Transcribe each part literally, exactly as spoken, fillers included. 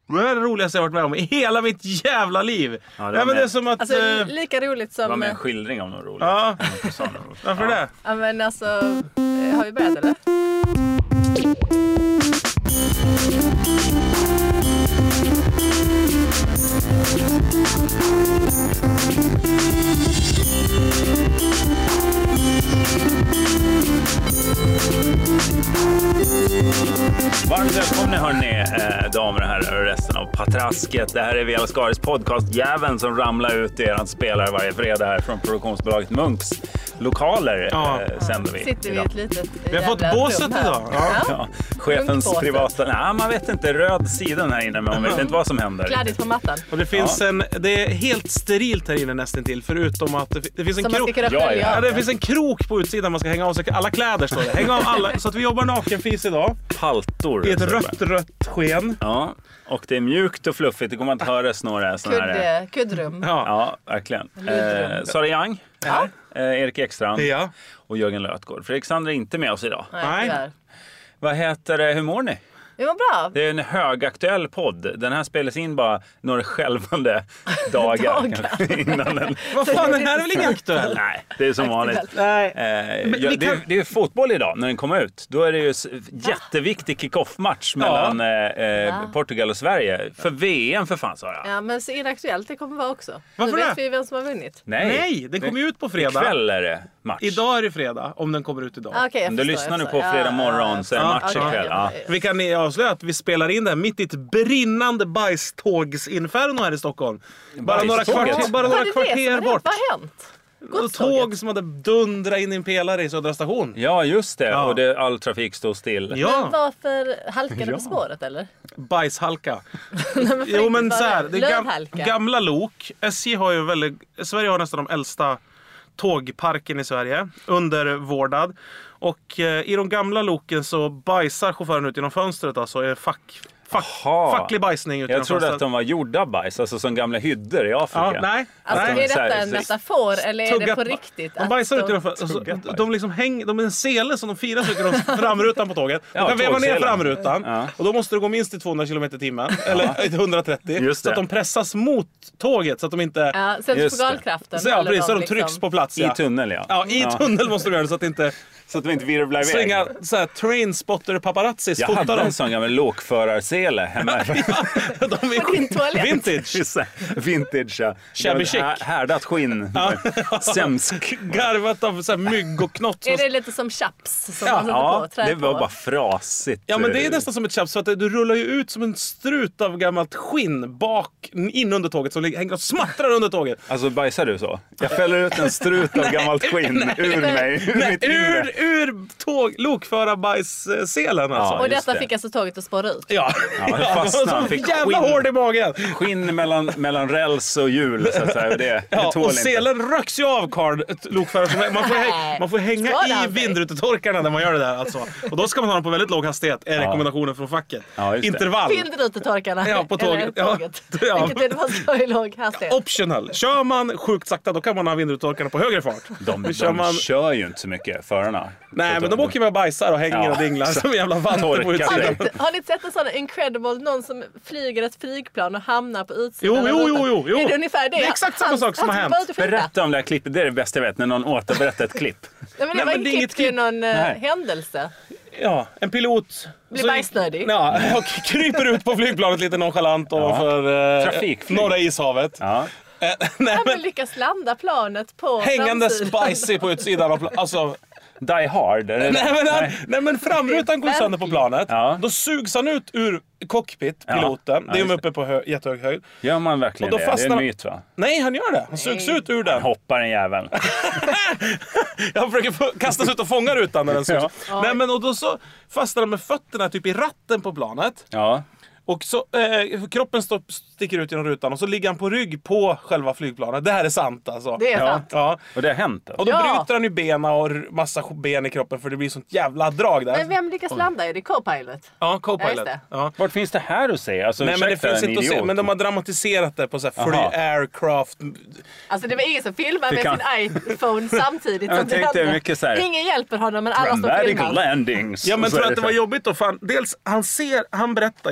Det är det roligaste jag varit med om i hela mitt jävla liv. Ja, det, ja, men det är som att... Alltså, äh, lika roligt som... Det var med en skildring om något roligt. Ja. Varför ja. det? Ja, men alltså... Har vi börjat, eller? Varmt välkomna hörni, eh, damer och herrar och resten av Patrasket. Det här är Vela Skaris podcastjäveln som ramlar ut i eran spelare varje fredag här från produktionsbolaget Munks lokaler. Ja. Eh, sänder vi Sitter vi i ett litet vi har fått båset idag. Ja. Ja. Chefens privata... Nej, man vet inte. Röd sidan här inne, men man vet inte vad som händer. Kladdigt på mattan. Och det finns ja. en... Det är helt sterilt här inne nästan till, förutom att det, det finns en som krok. Ja, ja. Ja, det finns en krok på utsidan man ska hänga av sig. Alla kläder står det. Hänga av alla. Så att vi jobbar nakenfis idag. Paltor. I ett rött, rött sken. Ja, och det är mjukt och fluffigt. Det kommer inte höra snarare. Kudde, kuddrum. Ja, ja verkligen. Eh, Sara Young. Ja. Eh, Erik Ekstrand. Ja. Och Jörgen Lötgård. Fredrik Sander är inte med oss idag. Nej, Nej. Vad heter det? Hur mår ni? Det var bra. Det är en högaktuell podd. Den här spelas in bara några skälvande dagar. Dagar. Innan den... Vad fan, den här är väl ingen aktuell? Nej, det är som vanligt. Nej. Eh, Men ja, vi det, kan- är, det är ju fotboll idag när den kommer ut. Då är det ju s- jätteviktig kick-off-match mellan eh, eh, Va? Portugal och Sverige. För V M för fan, Sara. Ja, men så inaktuellt det kommer vara också. Varför nu vet det? vi vem som har vunnit. Nej, den kommer ju ut på fredag. Ikväll är det match. Idag är det fredag, om den kommer ut idag. Ah, okay, jag Om du förstår, lyssnar nu jag på förstår. fredag Ja, morgon så är det ja, match ja, ikväll. Ja. Vi kan avslöja att vi spelar in det mitt i ett brinnande bajstågsinferno här i Stockholm. Bara några Bajståget? kvarter, bara Var några det det som kvarter hade bort. hänt? Vad har hänt? Och Godståget. tåg som hade dundrat in i en pelare i Södra station. Ja, just det. Ja. Och det, all trafik står still. Men Ja, varför halkade Ja. på spåret, eller? bajshalka. Nej, men Jo men så så här, det är gam, Lövhalka. gamla lok. S J har ju väldigt, Sverige har nästan de äldsta tågparken i Sverige, undervårdad. Och eh, i de gamla loken så bajsar chauffören ut genom fönstret, alltså är fack, fack, Aha. facklig bajsning ut Jag genom trodde fönstret. att de var gjorda bajs, alltså som gamla hyddor i Afrika. Ja, nej. Alltså, nej. är Så här, detta en så- metafor eller är det Tuggat på ba- riktigt? De att bajsar ut de- genom fönstret. Tuggat Alltså, bajs. de liksom häng, de är en sele som de firar sig genom framrutan på tåget. De Ja, kan veva ner tågselen. framrutan. Ja. Och då måste det gå minst till tvåhundra kilometer i timmen. Eller hundratrettio. Just Så att det. de pressas mot tåget. Så att de inte... Ja, Just det. centrifugalkraften. Så, ja, håller precis, så de liksom- trycks på plats. I Ja. tunnel, ja. Ja, i tunnel måste de göra det så att inte Så att vi inte virvlar iväg. svinga så här, train-spotter paparazzis. Jag Fotar hade dem. en sån gammal lokförarsele hemma. De är På din toalett. vintage. Vintage, ja. Shabby chic. Här- Härdat skinn. Sämsk. Garvat av så här, mygg och knott. Är det lite som chaps som Ja, man sätter Ja, på? Trä det var på? bara frasigt. Ja, men det är nästan som ett chaps, för att du rullar ju ut som en strut av gammalt skinn bak in under tåget som hänger och smattrar under tåget. Alltså bajsar du så? Jag fäller ut en strut av gammalt skinn ur mig. Ur Nej, mitt inre. ur, ur tåg, lokförarbajsselen alltså. Ja, Och just detta det. fick alltså tåget att spåra ut. Ja, Ja, det fastnade. så Han fick jävla skinn. hård i magen. Skinn mellan, mellan räls och hjul, så att säga. Det, det Ja, tål och inte. selen röks ju av, Karl, ett lokförare. som- Man får, häng, man får hänga Skadade i han sig? vindrutetorkarna när man gör det där alltså. Och då ska man ha dem på väldigt låg hastighet, är rekommendationen från facket. Ja, just det. Intervall. Vindrutetorkarna. Ja, på tåget. Eller Ja. tåget. Ja. Vilket är det man ska i låg hastighet. Optional. Kör man sjukt sakta, då kan man ha vindrutetorkarna på högre fart. De, de Kör man- kör ju inte så mycket, förarna. Nej, men de åker med och bajsar och hänger Ja, och dinglar så- som jävla vantar på torkar sig. utsidan. Har ni sett en sån incredible, någon som flyger ett flygplan och hamnar på utsidan? Jo, av jo, rutan? jo, jo, jo. Är det ungefär det? Det är exakt samma Han- sak som han har ska bara hänt. ut och flyga. Berätta om det här klippet, det är det bästa jag vet, när någon återberättar ett klipp. Nej, men det Nej, var men det är en inget klipp till klipp. någon eh, Nej. händelse. Ja, en pilot Blir så- bajsnödig. Ja, och kryper ut på flygplanet lite nonchalant ovanför eh, Trafikflyg. norra ishavet. Ja. Eh, nej, Han men lyckas landa planet på hängandes framsidan. bajsig på utsidan av pla- alltså, Die Hard, är det nej, men, han, Nej. nej men framrutan går sönder på planet. Ja. Då sugs han ut ur cockpit, piloten. Ja, det är just ju uppe på hö- jättehög höjd. Gör man verkligen Och då det? Det är fastnar- en myt, va? Nej, han gör det. Han sugs ut ur den. Hoppar en jävel. Jag försöker få- kastas ut och fånga rutan när den sugs. Ja. Nej, men och då så fastnar han med fötterna typ i ratten på planet. Ja. Och så eh, kroppen stå, sticker ut genom rutan och så ligger han på rygg på själva flygplanet. Det här är sant alltså. Det är Ja. sant. Ja. Och det har hänt alltså. Och då Ja. bryter han ju benen och r- massa ben i kroppen för det blir sånt jävla drag där. Men vem lyckas landa? Är det co-pilot? Ja, Ja, co-pilot. just det. Ja. Vart finns det här att se? Alltså, Nej, men det ursäkta, finns en inte att se, idiot. men de har dramatiserat det på så här free Aha. aircraft. Alltså det var ingen som filmade Det med kan- sin iPhone samtidigt Jag som det tänkte hände. mycket så här- Ingen hjälper honom men alla står och Dramatic filmar. landings. Ja, men Och så tror är att det så var här- jobbigt då? Fan, dels, han ser, han berättar ju, han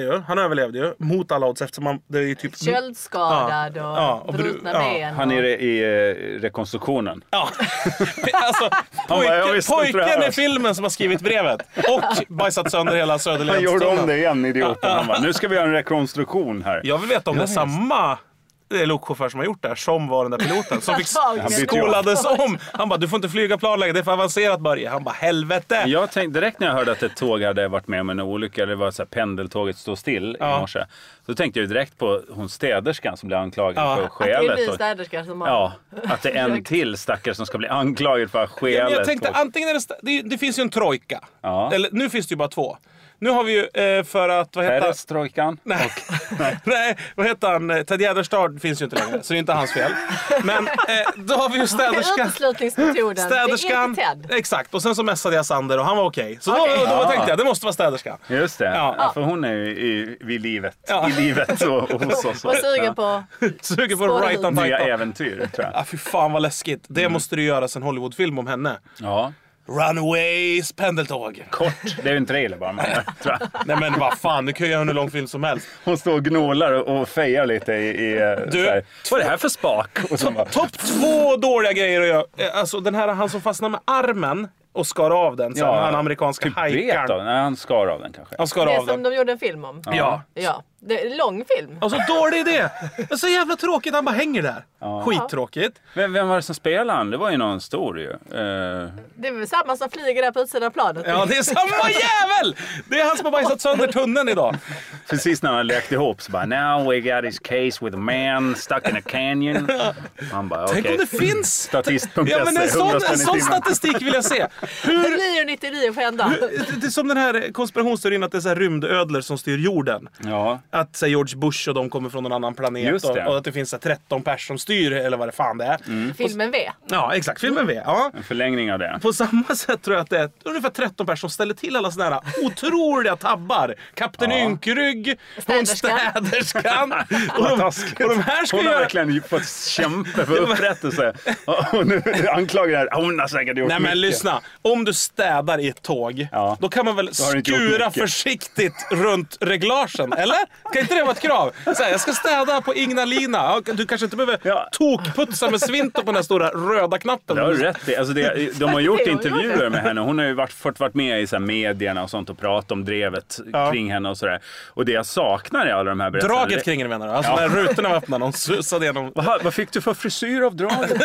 överlevde ju mot alla odds eftersom man, det är ju typ... Köldskadad och, ja, och brutna ja. ben. Han och... är i eh, rekonstruktionen. Ja, alltså pojken, bara, jag visste inte det pojken här. i filmen som har skrivit brevet och bajsat sönder hela Han Söderledstunneln. gjorde om det igen, idioten. Han bara, nu ska vi göra en rekonstruktion här. Jag vill veta om det är Ja, samma lokchaufför som har gjort det här som var den där piloten som fick Han bytte skolades om. Han bara, du får inte flyga plan längre, det är för avancerat Börje. Han bara, helvete. Jag tänkte direkt när jag hörde att ett tåg hade varit med om en olycka, eller det var så här, pendeltåget stod still Ja. i morse. Så tänkte jag direkt på hon städerskan som blev anklagad Ja. för Att det är en skelet. ny Och, städerska som har... ja, att det är en till stackare som ska bli anklagad för Ja, skelet. men jag tänkte, och, antingen är det, sta- det, det finns ju en trojka. Ja. Eller, nu finns det ju bara två. Nu har vi ju eh, för att, vad heter Perestrojkan. Nej. Nej, vad heter han? Ted Gärdestad finns ju inte längre, så det är inte hans fel. Men eh, då har vi ju städerskan. Uteslutningsmetoden. Städerskan. Det är inte Ted. Exakt, och sen så messade jag Sander och han var okej. Så Okej. då, då Ja. tänkte jag, det måste vara städerskan. Just det, Ja. ja. för hon är ju i, vid livet. Ja. I livet och, och hos oss. Och sugen på... Suger på Spåra right on Nya tight. äventyr, tror jag. Ah, fy fan vad läskigt. Det måste du göra en Hollywoodfilm om henne. Ja. Runaways pendeltåg. Kort, det är ju en trailer bara. Men, tror jag. Nej men vad fan, du kan ju göra en hur lång film som helst. Hon står och gnålar och, och fejar lite i... i Du, så här, vad är det här för spak? Och så bara, Topp två dåliga grejer att göra. Eh, Alltså den här, han som fastnar med armen och skar av den. Sen han amerikanska typ bet hajkaren. av. Nej, han skar av den kanske. Han skar Det av som den. de gjorde en film om. Ja. Ja. Det är en lång film. Alltså dålig idé. Men så jävla tråkigt, han bara hänger där. Skittråkigt. Men vem var det som spelade han? Det var ju någon stor ju. Uh, Det är väl samma som flyger där på utsidan av planet. Ja, det är samma jävel! Det är han som har bajsat sönder tunneln idag. precis när han lekte ihop så bara now we got his case with a man stuck in a canyon. Han bara okej. Tänk om det finns... Statist punkt se. Ja, men en sån, hundra en spänn i sån timmen. statistik vill jag se. Hur... nio nittionio för en dag. Det det är som den här konspirationsteorin att det är så här rymdödlor som styr jorden. Ja. Att så här, George Bush och de kommer från en annan planet. Just det. Och, och att det finns så här, tretton personer som styr, eller vad det fan det är. Filmen V. Ja, exakt. Filmen V. Ja. En förlängning av det. På samma sätt tror jag att det är ungefär tretton personer som ställer till alla såna här otroliga tabbar. Kapten Ja. Ynkrygg, hon Städerskan. städerskan. Och de, och de här ska Hon har göra... verkligen fått kämpa för upprättelse. Och nu anklagar jag. Hon har säkert gjort Nej men mycket. lyssna, om du städar i ett tåg, Ja. då kan man väl har du inte gjort skura mycket. försiktigt runt reglagen, eller? Kan inte det vara ett krav? Så här, jag ska städa på Ignalina, Ja, du kanske inte behöver Ja. tokputsa med svinto på den här stora röda knappen. Det har du rätt i. Alltså det, de har gjort Jo, intervjuer med henne. Hon har ju varit, fått varit med i så här medierna och sånt och pratat om drevet Ja. kring henne och sådär. Och det jag saknar i alla de här berättelserna... Draget kring den menar du? Alltså Ja. när rutorna var öppna, någon susade igenom. Vad, vad fick du för frisyr av draget?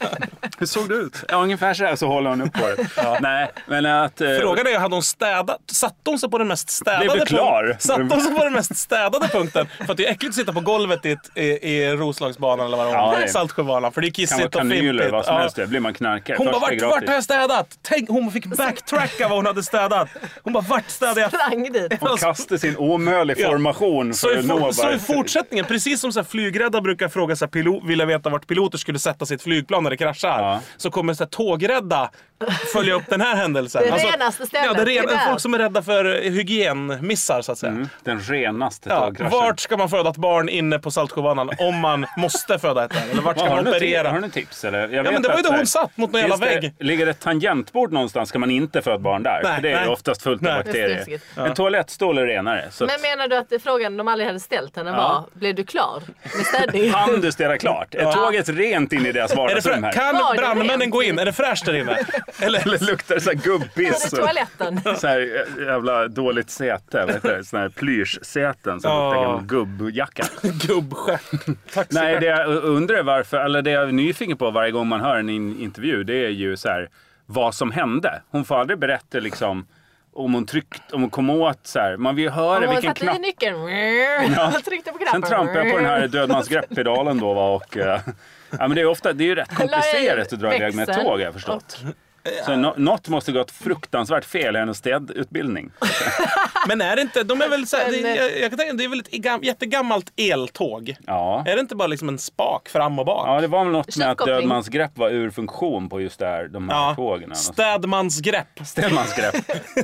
Hur såg det ut? Ja, ungefär så här, så håller hon upp på det. Ja. Nej, men att... Eh, Frågan är, hade hon städat? Satte hon sig på den mest städade Blev du klar? punkten? Satte hon sig på den mest städade punkten? För att det är äckligt att sitta på golvet i, ett, i, i Roslagsbanan eller vad det Ja, var. det- Saltsjöbanan, för det är kan vara kissigt och kanyler, fimpigt. vad som Ja. helst. Det blir man knarkare. Hon bara, Första vart, gratis. vart har jag städat? Tänk, hon fick backtracka vad hon hade städat. Hon bara, vart städade jag? Sprang dit. Hon kastade sin omöjlig Ja. formation Så för i, att nå for, så i bara- fortsättningen, precis som så här flygrädda brukar fråga så här, pilot, vilja veta vart piloter skulle sätta sitt flygplan när det kraschar. Ja. Så kommer så här, tågrädda följa upp den här händelsen. Det renaste stället, Ja, det det ren, där. folk som är rädda för hygienmissar så att säga. Mm, den renaste Ja, tågkraschen. vart ska man föda ett barn inne på Saltsjöbanan om man måste föda ett där? Eller vart ska Har man du något ti- operera? Har du något tips? Eller? Jag Ja, vet men det var ju att då så här- hon satt mot någon jävla Finns det- vägg. Ligger det ett tangentbord någonstans ska man inte föda ett barn där. Nej, för det är nej. ju oftast fullt Nej. av Det är bakterier. snuskigt. En toalettstol är renare. Så Men menar du att det frågan de aldrig hade ställt henne Ja. var, blev du klar med städningen? kan du städa klart? Är tåget rent in i deras Är det vardagsrum frä- här? kan Var det brandmännen rent? gå in? Är det fräscht där inne? Eller, Eller luktar det så här gubbis? På toaletten. Så här jävla dåligt säte. Vet du? Såna här plyschsäten som Ja. luktar gammal gubbjacka. gubbstjärn. Tack så Nej, mycket. det jag undrar varför, eller det jag är nyfiken på varje gång man hör en in- intervju, det är ju så här vad som hände. Hon får aldrig berätta liksom om hon tryckt, om hon kom åt så här. Man vill ju höra Hon vilken satte knapp. i nyckeln. Ja. Tryckte på knappen. Sen trampade jag på den här dödmansgrepp-pedalen då va, och eh, ja, men det är ofta, det är ju rätt komplicerat att dra iväg med ett växel tåg, har jag förstått. Så nå- något måste gått fruktansvärt fel i hennes städutbildning. Men är det inte, de är väl så här, det, Men, jag, jag kan tänka, det är väl ett gam, jättegammalt eltåg? Ja. Är det inte bara liksom en spak fram och bak? Ja, det var väl något med att Köpkoppling. dödmansgrepp var ur funktion på just där, de här Ja. tågen. Städmansgrepp. Städmansgrepp.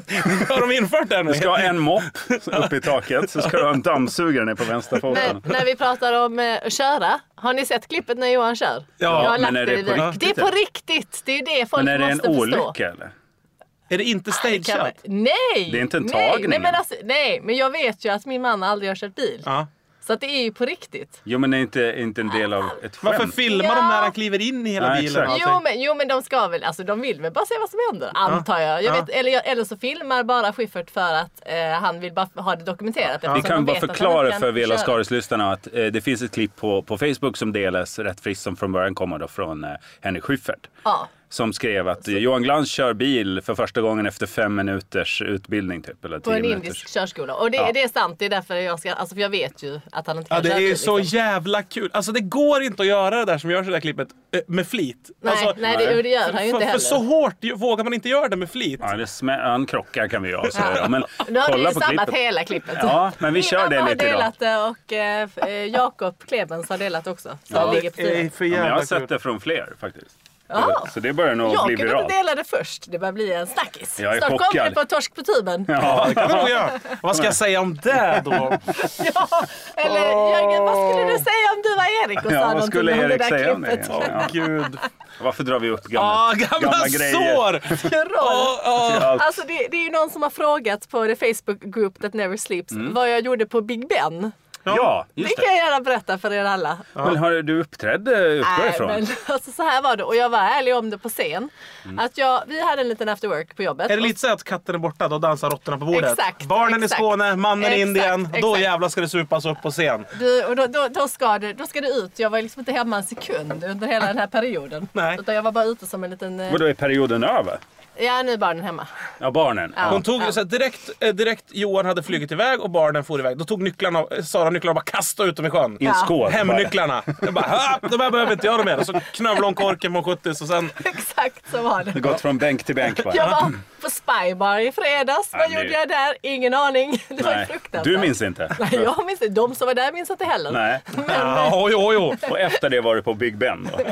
Har de infört det nu? Du ska ha en mopp uppe i taket, så ska du ha en dammsugare ner på vänsterfoten. När, när vi pratar om eh, köra, har ni sett klippet när Johan kör? Ja, Jag har men lagt är det, det i på video. riktigt, Det är på riktigt. Det är ju det folk Men är det en måste förstå. olycka eller? Är det inte stageat? Nej! Det är inte en nej, tagning. Nej men, alltså, nej, men jag vet ju att min man aldrig har kört bil. Ja. Så att det är ju på riktigt. Jo, men det är inte, inte en del av ett skämt. Varför filmar Ja. de när han kliver in i hela Ja, bilen? exakt. Jo men, jo men de ska väl, alltså de vill väl bara se vad som händer, antar jag. jag Ja. vet, eller, jag- eller så filmar bara Schyffert för att eh, han vill bara ha det dokumenterat. Vi eftersom kan de bara vet att han förklara inte kan för Vela köra. Skaris-lyssnarna att eh, det finns ett klipp på, på Facebook som delas rätt friskt som från början kommer då från eh, Henrik Schyffert. Ja. Som skrev att eh, Johan Glans kör bil för första gången efter fem minuters utbildning typ. Eller På tio en minuters. indisk körskola. Och det, Ja. det är sant, det är därför jag ska, alltså för jag vet ju att han inte kan Ja, det köra är bil, så liksom. jävla kul. Alltså det går inte att göra det där som görs i det där klippet eh, med flit. Nej, alltså, nej, det, och det gör han ju för, inte för heller. så hårt ju- vågar man inte göra det med flit. Ja, det smä- han krockar kan vi ju avslöja. Men Nu har du kolla ju på samlat klippet. hela klippet. Ja, men vi Min kör det mamma lite har idag. delat det och eh, Jakob Klebens har delat också. Så Ja, det ligger på Det är sidan. för Ja, men jag jävla har sett kul. det från fler faktiskt. Ja. Så det börjar nog Jag bli kunde viralt. inte dela det först. Det börjar bli en snackis. Jag är Snart kommer chockad. det på Torsk på tuben. Ja. Ja, det kan vi nog göra. Vad ska jag säga om det då? Eller Jörgen, vad skulle du säga om du var Erik och sa Ja, vad någonting skulle om det Erik där säga om det klippet? egentligen? Ja. Gud. Varför drar vi upp gamla, Ah, gamla, grejer? sår! Roll. Åh, åh. Allt. Alltså det, det är ju någon som har frågat på the Facebook group that never sleeps vad jag gjorde på Big Ben. Ja, Det just kan det. jag gärna berätta för er alla. Men har du uppträdde utgår Nej, ifrån? men alltså så här var det och jag var ärlig om det på scen. Att jag, vi hade en liten after work på jobbet. Är det lite så att katten är borta, då dansar råttorna på bordet? Exakt, Barnen exakt. i Skåne, mannen i Exakt, Indien. Då exakt. jävlar ska det supas upp på scen. Du, och då, då, då, ska det, då ska det ut. Jag var liksom inte hemma en sekund under hela den här perioden. Nej. Utan jag var bara ute som en liten... eh, Vadå, är perioden över? Ja, nu är barnen hemma. Ja, barnen. Ja. Hon tog Ja. så här, direkt, eh, direkt Johan hade flugit iväg och barnen for iväg. Då tog nycklarna, Sara nycklarna och bara kastade ut dem i sjön. I en skål. Hemnycklarna. Jag bara, "Ha, de här behöver inte jag mer. Och så knövlade hon korken på sjuttio och sen... Exakt så var det. Det har gått från bänk till bänk bara. Jag var på Spybar i fredags. Ja, Vad nu- gjorde jag där? Ingen aning. Det var ju Nej, fruktansvärt. du minns inte? Nej, jag minns inte. De som var där minns inte heller. Nej. Ja, oj, oj, oj. Och efter det var du på Big Ben då?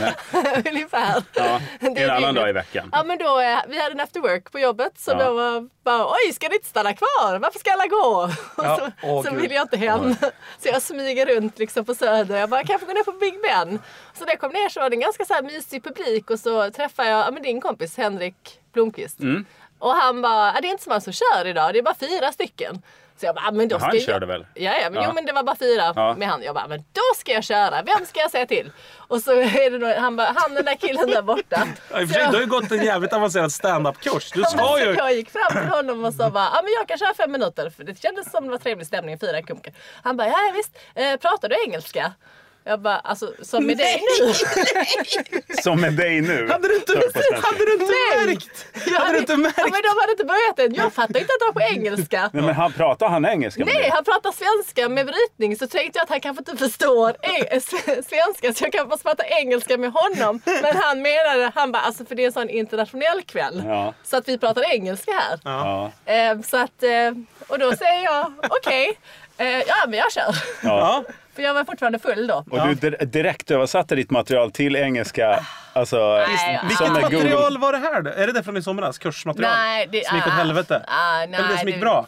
Ungefär. Ja, Det en är annan rimligt. dag i veckan. Ja men då, eh, vi hade en after work på jobbet så Ja. då var bara, oj ska ni inte stanna kvar? Varför ska alla gå? Ja, Och så åh, så Gud. vill jag inte hem. Så jag smyger runt liksom på Söder. Jag bara, kan jag få gå ner på Big Ben? Så när jag kom ner så var det en ganska så här mysig publik och så träffade jag ja, men din kompis Henrik Blomqvist. Mm. Och han bara, det är inte så många som kör idag, det är bara fyra stycken. Så jag bara, men då Men ska han jag... körde väl? Ja, ja, men Ja. Jo, men det var bara fyra Ja. med han. Jag bara, men då ska jag köra. Vem ska jag säga till? Och så är det då, han bara, han den där killen där borta. Ja, i och för Så sig, jag- du har ju gått en jävligt avancerad stand-up-kurs. Du Ja, men ska så ju... jag gick fram till honom och sa bara, ja men jag kan köra fem minuter. För det kändes som det var trevlig stämning, fyra kunkar. Han bara, ja visst, eh, pratar du engelska? Jag bara, alltså som med dig nu. Som med dig nu. Hade du inte, Kör på svenska. hade du inte Nej. märkt? Jag Hade du inte märkt? Ja, men de hade inte börjat än. Jag fattar inte att det var på engelska. Nej, men han pratar han engelska med Nej, dig? han pratar svenska med brytning så tänkte jag att han kanske inte förstår eng- s- svenska så jag kan bara prata engelska med honom. Men han menade, han bara, alltså för det är en sån internationell kväll. Ja. Så att vi pratar engelska här. Ja. Eh, så att, eh, och då säger jag, okej, eh, ja men jag kör. Ja. För jag var fortfarande full då. Och du dir- direkt översatte ditt material till engelska. Alltså, Nej, som Vilket med material Google. var det här då? Är det det från i somras? Kursmaterial? Nej, det- som gick åt ah, helvete? ah, nej, Eller det som gick det- bra?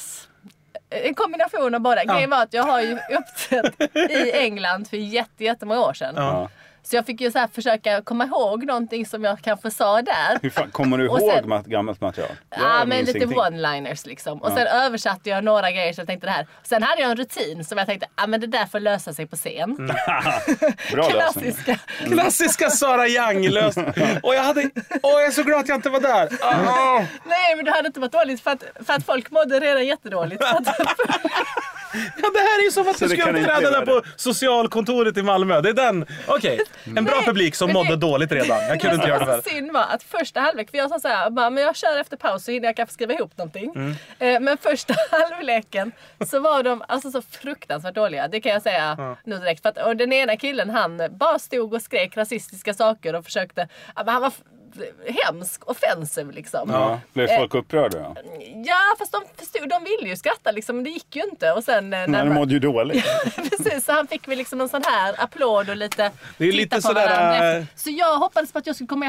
En kombination av båda. Grejen var att jag har ju uppträtt i England för jätte, jättemånga år sedan. Ja. Så jag fick ju så här försöka komma ihåg någonting som jag kanske sa där. Hur fan, kommer du Och ihåg sen- mat- gammalt material? Jag Ja, men minns lite ingenting. one-liners liksom. Och sen översatte jag några grejer så jag tänkte det här. Sen hade jag en rutin som jag tänkte, ja men det där får lösa sig på scen. Bra lösning. Klassiska. Klassiska Sara Young-lös. Och jag hade... Åh, jag är så glad att jag inte var där. Ah. Nej, men det hade inte varit dåligt för att, för att folk mådde redan jättedåligt. Så att, Ja, det här är ju som att Så du det skulle kan inte uppträda där vara på socialkontoret i Malmö. Det är den. Okej, en bra Nej, publik som men mådde det- dåligt redan. Jag kunde inte göra det var väl. så synd var att första halvlek, för jag sa så här, bara, men jag kör efter paus så hinner jag kanske skriva ihop någonting. Mm. Eh, men första halvleken så var de alltså så fruktansvärt dåliga, det kan jag säga nu direkt. För att, och den ena killen han bara stod och skrek rasistiska saker och försökte, ja, men han var f- hemsk, offensiv liksom. Ja. Blev folk upprörda då? Ja, fast de förstod, de ville ju skratta liksom, men det gick ju inte. Och sen, eh, Nej, när de man- mådde ju dåligt. Precis, så han fick väl liksom en sån här applåd och lite Det är titta lite på sådär, varandra äh, efter. Så jag hoppades på att jag skulle komma efter,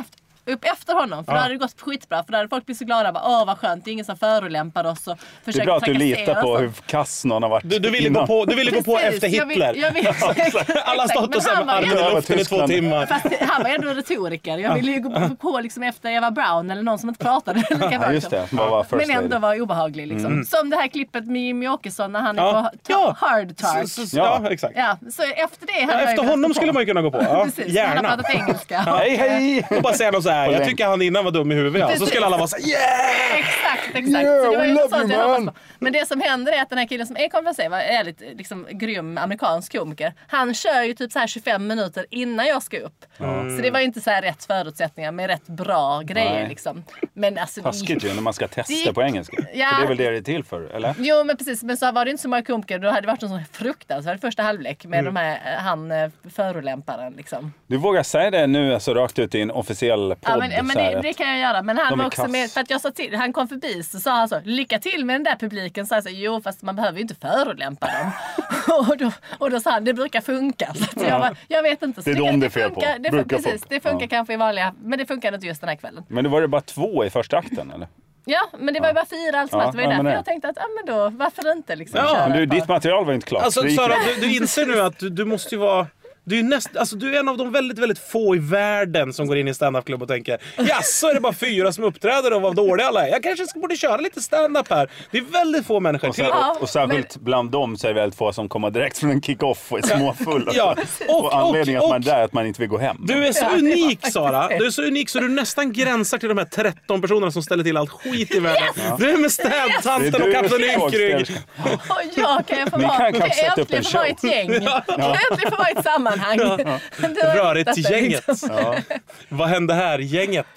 upp efter honom. För Ja. då hade det gått skitbra. För då hade folk blivit så glada. Bara, åh vad skönt, det är ingen som förolämpar oss. Och Det är bra att du litar på hur kass någon har varit Du, du ville innan. gå på, du ville gå på Precis, efter jag vill- Hitler. jag vill- Alla har stått och Men han sen var armen ju- i luften i två Tyskland. timmar. Fast han var ändå retoriker. Jag ville ju gå på, på liksom efter Eva Brown eller någon som inte pratade lika bra. Ja, just det. Vad var first Men ändå lady? var obehaglig liksom. Som det här klippet med Jimmy Åkesson när han är Ja. på ta- Ja. hard talk. Så, så, ja, exakt. Ja, så efter det hade Ja, jag ju efter velat honom gå skulle på. man ju kunna gå på. Ja, Precis, han har gärna. pratat engelska. Hej, hej! Och bara säga något så här. Jag tycker han innan var dum i huvudet. Ja. Så Precis. skulle alla vara så här, yeah! Exakt, exakt. Yeah, så det var we ju love sånt you, jag hoppades man. på. Men det som händer är att den här killen som är konferenser var ärligt liksom, grym amerikansk komiker. Han kör ju typ så här tjugofem minuter innan jag ska upp. Så det var ju inte så här rätt förutsättningar med rätt bra grejer Nej. liksom. Men alltså, Taskigt ju när man ska testa Det- på engelska. Ja. För det är väl det det är till för, eller? Jo men precis, men så var det inte så många komiker. Då hade det varit en sån fruktansvärd första halvlek med de här, eh, han eh, förolämparen liksom. Du vågar säga det nu alltså rakt ut i en officiell podd. Ja men, ja, men så här det, att- det kan jag göra. Men han de var är också kass. med, för att jag sa till, han kom förbi så sa han så, lycka till med den där publiken. Så jag sa, jo fast man behöver ju inte förolämpa dem. och, då, och då sa han, det brukar funka. Så att jag, bara, jag vet inte. Så Det är de det är fel funkar, på. Det, Brukar precis, folk. det funkar Ja. kanske i vanliga, men det funkar inte just den här kvällen. Men det var det bara två i första akten, eller? Ja, men det var ju bara fyra allt som Ja, allt. Det var ja, ju men därför det- jag tänkte att, ja men då, varför inte liksom Ja, köra Men du, ett par- ditt material var inte klart. Alltså Det gick- Sara, du, du inser nu att du, du måste ju vara... Du är, näst, alltså, du är en av de väldigt, väldigt få i världen som går in i en stand-up-klubb och tänker ja, så är det bara fyra som uppträder och vad dåliga alla är. Jag kanske ska borde köra lite stand-up här. Det är väldigt få människor. Och, Till, så, Ja, och särskilt bland dem så är det väldigt få som kommer direkt från en kick-off och är småfulla. Ja, och- och anledningen och- att man är där är att man inte vill gå hem. du är så Ja, det var unik faktiskt Sara. det. Du är så unik så du nästan gränsar till de här tretton personerna som ställer till allt skit i världen. Du är med städtanten Det är och du Kapten som Nykrygg. älskar. Och jag kan jag få Ni vara, kan kan kanske jag sätta upp en äntligen få vara i ett show. gäng. Kan jag äntligen få vara i ett sammanhang. Du har Rörigt hittat det, gänget. liksom. Ja. Vad hände här? Gänget.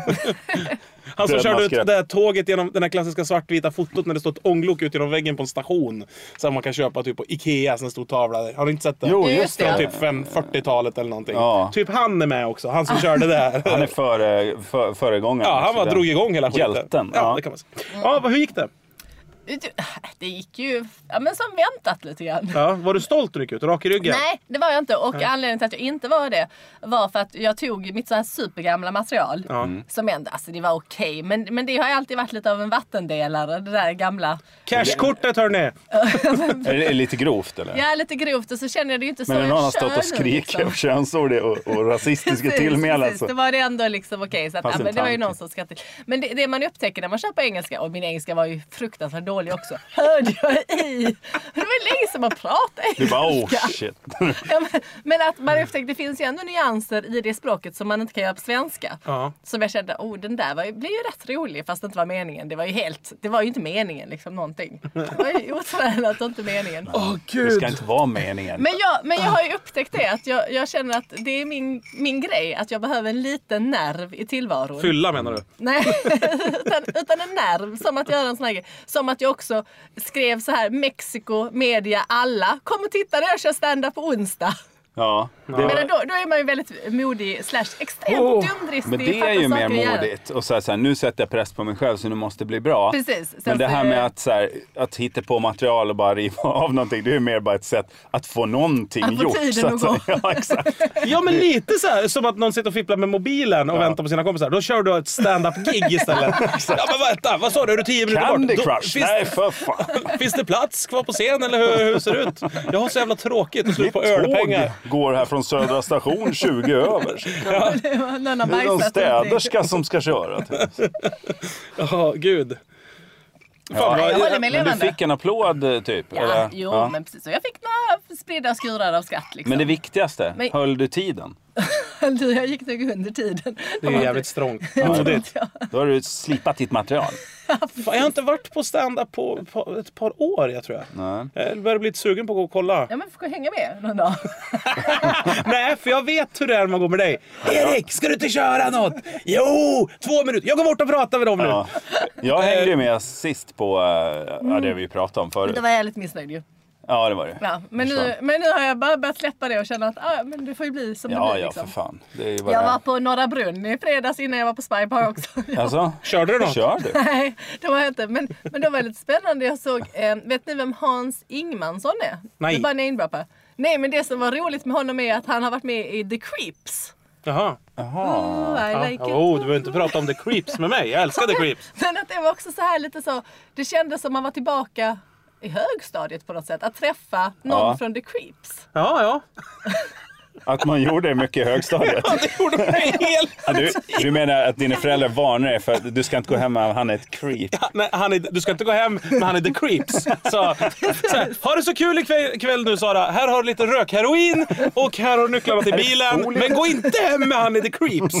Han som Bröd körde ut maskar. det här tåget genom den här klassiska svartvita fotot när det står ett ånglok ut genom väggen på en station. Som man kan köpa typ på Ikea, en stor tavla där. Har du inte sett det? Jo, Just just det. Från det. typ fem- fyrtiotalet eller någonting. Ja. Typ han är med också, han som körde det här. Han är före, för, föregångaren. Ja, han Så var, det- drog igång hela skiten. Hjälten. Ja, Ja. det kan man säga. Ja, vad- hur gick det? Det gick ju ja, men som väntat lite grann. Ja, var du stolt när du gick ut? Rak i ryggen? Nej, det var jag inte. Och anledningen till att jag inte var det var för att jag tog mitt så här supergamla material. Mm. Som ändå, alltså det var okej. Men, men det har ju alltid varit lite av en vattendelare, det där gamla. Cashkortet hörni! Är det lite grovt eller? Ja, lite grovt och så känner jag det ju inte så Men när jag någon har kör stått och nu, skrikit liksom. och könsord och, och rasistiska Precis, tillmälen. precis. Så. Det var det ändå liksom okej. Så att, Fast ja, en men det var ju tanke. någon som skrattade. Men det, det man upptäcker när man kör på engelska, och min engelska var ju fruktansvärt dålig också. Hörde jag i. Det var länge sedan man pratade Du bara oh engelska. shit. Ja, men, men att man upptäckte, det finns ju ändå nyanser i det språket som man inte kan göra på svenska. Ja. Som jag kände, oh den där var ju, blev ju rätt rolig fast det inte var meningen. Det var ju helt, det var ju inte meningen liksom någonting. Det var ju otränat och inte meningen. Åh Det gud! ska inte vara meningen. Men jag, men jag har ju upptäckt det, att jag, jag känner att det är min, min grej, att jag behöver en liten nerv i tillvaron. Fylla menar du? Nej, utan, utan en nerv. Som att göra en sån här grej. Som att jag också skrev så här: Mexiko, media, alla. Kom och titta när jag kör stand-up på onsdag. Ja, det Men var, då, då är man ju väldigt modig slash extremt Oh, dumdristig. men det är fattar ju saker mer i hjärnan. modigt. Och så här, så här, nu sätter jag press på mig själv så nu måste det bli bra. Precis. Sen Men det här så- med att, så här, att hitta på material och bara riva av någonting, det är ju mer bara ett sätt att få någonting Att få gjort. tiden Så att gå. säga. Ja, exakt. Ja men lite så här, som att någon sitter och fipplar med mobilen och väntar på sina kompisar. Då kör du ett stand-up-gig istället. Ja men vänta, vad sa du? Är du tio minuter Candy bort? Då- Crush? Finns, Nej för fan. finns det plats kvar på scen eller hur, hur ser det ut? Jag har så jävla tråkigt och slut Mitt på ölpengar. tåg går här från Södra station tjugo över. Det var någon har Det är någon bajsat städerska som ska köra. Typ. Ja, gud. Fan, Ja, vad- jag håller med. Men du levande. fick en applåd typ? Ja, eller? jo, Ja. men precis. Så jag fick några spridda skurar av skratt liksom. Men det viktigaste, Men- höll du tiden? Du, jag gick nog under tiden. Det är jävligt strångt. Modigt. Då har du slipat ditt material. Fan, jag har inte varit på stand-up på, på ett par år, jag tror jag. Nej. Jag börjar bli lite sugen på att gå och kolla. Ja men får jag hänga med någon dag? Nej, för jag vet hur det är när man går med dig. Erik, ska du inte köra något? Jo, två minuter. Jag går bort och pratar med dem nu. Ja. Jag hängde ju med sist på äh, ja, det vi pratade om förut. Det var jag lite missnöjd ju. Ja, det var det. Ja, men, Försvann. nu, men nu har jag bara börjat släppa det och känna att ah, men det får ju bli som det Ja, blir ja, liksom. för fan. Det är ju bara... Jag var på Norra Brunn i fredags innan jag var på Spybar också. Alltså, Körde du något? kör du? Nej, det var jag inte. Men, men det var lite spännande. Jag såg, eh, vet ni vem Hans Ingmansson är? Nej. Det är bara namedroppa. Nej, men det som var roligt med honom är att han har varit med i The Creeps. Jaha. Jaha. Oh, I Ja. like it. Oh, du behöver inte prata om The Creeps med mig. Jag älskar The Creeps. Men att det var också så här lite så. Det kändes som man var tillbaka i högstadiet på något sätt. Att träffa någon Ja. från The Creeps. Ja, ja. Att man gjorde det mycket i högstadiet. Det gjorde mig helt... Ja, Du, du menar att dina föräldrar varnar dig för att du ska inte gå hem med han är ett creep. Ja, nej, han är, du ska inte gå hem, men han är The Creeps. Så, så här, har du så kul ikväll kväll nu, Sara? Här har du lite rökheroin och här har du nycklarna till bilen. Men gå inte hem med han är The Creeps.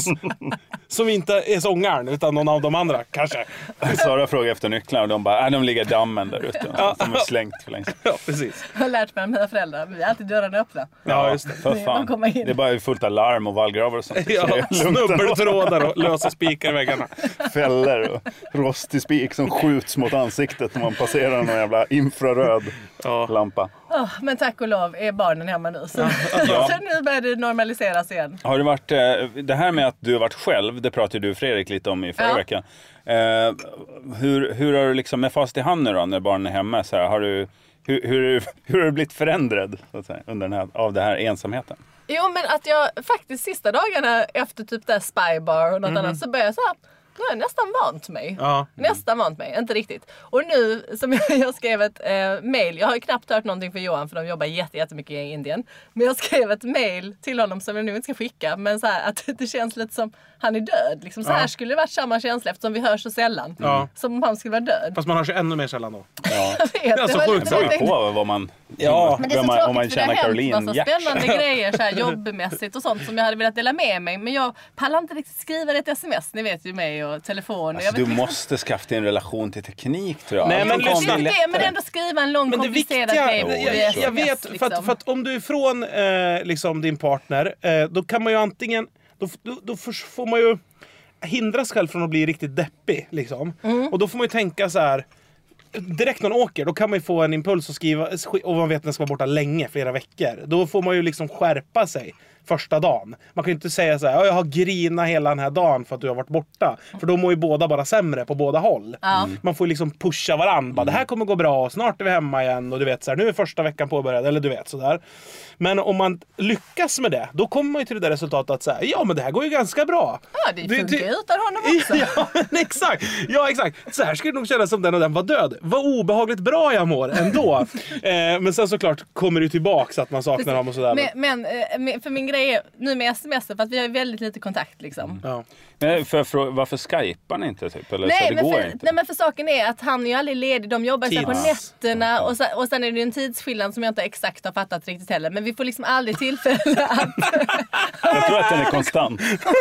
Som inte är sångaren, utan någon av de andra, kanske. Sara frågar efter nycklarna och de bara, äh, de ligger i dammen där ute. Ja. De är slängt för länge sedan. Ja, precis. Jag har lärt mig av mina föräldrar. Vi har alltid dörrarna öppna. Ja, just det. För Man fan. kommer in. Det är bara fullt av larm och vallgravar och sånt. Så det Ja, är lugnt ändå. snubbeltrådar och lösa spikar i väggarna. Fällor och rostig spik som skjuts mot ansiktet när man passerar någon jävla infraröd Ja. lampa. Oh, men tack och lov är barnen hemma nu. Så, Ja. så nu börjar det normaliseras igen. Har det varit, eh, det här med att du har varit själv, det pratade du Fredrik lite om i förra Ja. veckan. Eh, hur, hur har du liksom med fast i hand nu då när barnen är hemma? Så här, har du, hur, hur, hur har du blivit förändrad så att säga, under den här, av det här ensamheten? Jo, men att jag faktiskt sista dagarna efter typ där Spybar och något Mhm. annat så började jag så här, nu har jag nästan vant mig. Ja. Nästan vant mig, inte riktigt. Och nu som jag, jag skrev ett eh, mail, jag har ju knappt hört någonting för Johan för de jobbar jätte, jättemycket i Indien. Men jag skrev ett mail till honom som jag nu inte ska skicka, men så här, att det känns lite som han är död. Liksom, så här Ja. skulle det varit samma känsla eftersom vi hörs så sällan. Ja. Som om han skulle vara död. Fast man har sig ännu mer sällan då. Ja. Jag vet, Ja, så det var sjukt lite- Det bra. beror ju på vad man, Ja. Men det är så man, tråkigt om man för det har känner hänt Caroline massa Jackson. spännande grejer så här, jobbmässigt och sånt som jag hade velat dela med mig. Men jag pallar inte riktigt skriva det ett sms. Ni vet ju mig och telefon. Alltså, jag du vet liksom- måste skaffa dig en relation till teknik tror jag. Nej, Allt men kommer lyssna. bli det, lättare. men ändå skriva en lång Men det komplicerad viktiga, grej. Jo, via jag, jag sms, vet, för att, liksom. för att om du är ifrån eh, liksom din partner, eh, då kan man ju antingen, då, då, då får man ju hindra sig själv från att bli riktigt deppig. Liksom. Mm. Och då får man ju tänka så här. Direkt när man åker, då kan man ju få en impuls att skriva, och man vet att den ska vara borta länge, flera veckor. Då får man ju liksom skärpa sig första dagen. Man kan ju inte säga så här, jag har grinat hela den här dagen för att du har varit borta. För då mår ju båda bara sämre på båda håll. Ja. Man får ju liksom pusha varandra. Bara, det här kommer gå bra, och snart är vi hemma igen. Och du vet, så här, nu är första veckan påbörjad. Eller du vet, sådär. Men om man lyckas med det, då kommer man ju till det där resultatet att säga, ja men det här går ju ganska bra. Ja, det funkar ju utan honom också. Ja, men exakt. Ja, exakt. Så här skulle det nog kännas som den och den var död. Vad obehagligt bra jag mår ändå. eh, men sen såklart kommer det tillbaka så att man saknar dem och sådär. Men, men eh, med- för min grej är, nu med sms, för att vi har ju väldigt lite kontakt liksom. Ja. Men för, för, varför skypar ni inte typ? Eller så, Nej det men, går för, inte. nej men för saken är att han är ju aldrig ledig, de jobbar så här på Tids. nätterna och, så, och sen är det ju en tidsskillnad som jag inte exakt har fattat riktigt heller. Men vi får liksom aldrig tillfälle att... Jag tror att den är konstant.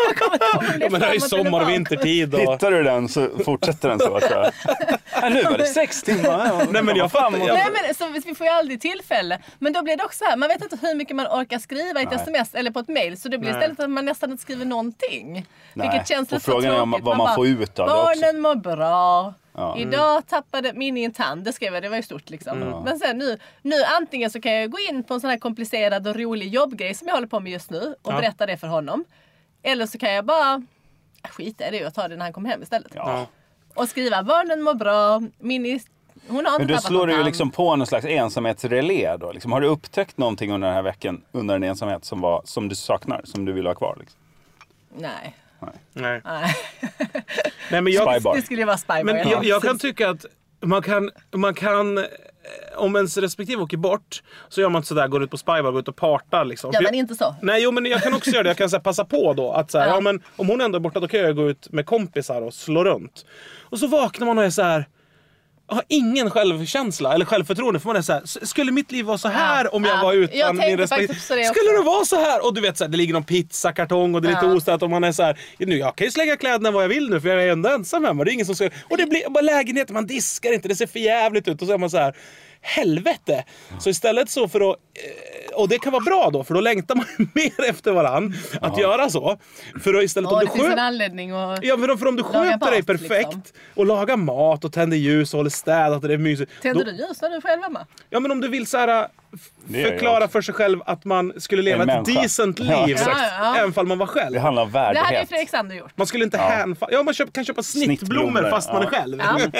Ja, men det är ju sommar och vintertid. Och... Hittar du den så fortsätter den så. Tror jag. Ja, nu var det sex timmar. Ja, Nej, men jag fattar. Jag... Nej men så vi får ju aldrig tillfälle. Men då blir det också här, man vet inte hur mycket man orkar skriva i ett Nej. sms eller på ett mail. Så det blir Nej. istället att man nästan inte skriver någonting. Nej. Vilket känns Och lite så frågan är om- tråkigt. vad man bara, får ut av det också. barnen mår bra. Ja. Idag tappade min i en tand, det skrev jag, det var ju stort liksom. Mm. Men sen nu, nu antingen så kan jag gå in på en sån här komplicerad och rolig jobbgrej som jag håller på med just nu och Ja. berätta det för honom. Eller så kan jag bara skita i det och ta det när han kommer hem istället. Ja. Och skriva, barnen mår bra, min is- hon har inte Men du tappat slår någon du ju tand. liksom på någon slags ensamhetsrelé då. Liksom, har du upptäckt någonting under den här veckan, under en ensamhet som, var, som du saknar, som du vill ha kvar? Liksom? Nej. Nej. Nej. Nej, men jag... Spybar. Det skulle ju vara Spybar. Men ja. jag, jag kan Precis. tycka att man kan, man kan, eh, om ens respektive åker bort, så gör man inte sådär, går ut på Spybar, går ut och partar liksom. Gör För man jag- inte så? Nej, jo, men jag kan också göra det. Jag kan så här, passa på då. Att så här, Ja. ja. men, om hon ändå är borta, då kan jag gå ut med kompisar och slå runt. Och så vaknar man och är så här. Har ingen självkänsla eller självförtroende. För man är så här, "S- skulle mitt liv vara så här Ja. om jag Ja. var Jag utan tänkte min respekt? faktiskt på det också. Skulle det vara så här? Och du vet så här, det ligger någon pizzakartong och det är lite Ja. ostädat. Och man är så här, nu, jag kan ju slänga kläderna vad jag vill nu för jag är ändå ensam hemma. Det är ingen som ska... Och det blir bara lägenhet, man diskar inte, det ser för jävligt ut. Och så är man så här, helvete. Så istället så för att... eh, Och det kan vara bra då, för då längtar man ju mer efter varann att göra så. För då istället Åh, om det du finns en sköter... anledning att... Ja, för, då, för om du laga sköter dig mat, perfekt liksom. och lagar mat och tänder ljus och håller städat och det är mysigt. Tänder då- du ljus när du är själv hemma? Ja, men om du vill så här, förklara för sig själv att man skulle leva ett decent liv. Ja, exakt. Ja, ja. Även fall man var själv. Det handlar om Det hade ju värdighet. Fredrik Sander gjort. Man skulle inte Ja. hänfalla. Ja, man köp, kan köpa snittblommor, Snittblommor, fast man är ja. själv. Ja.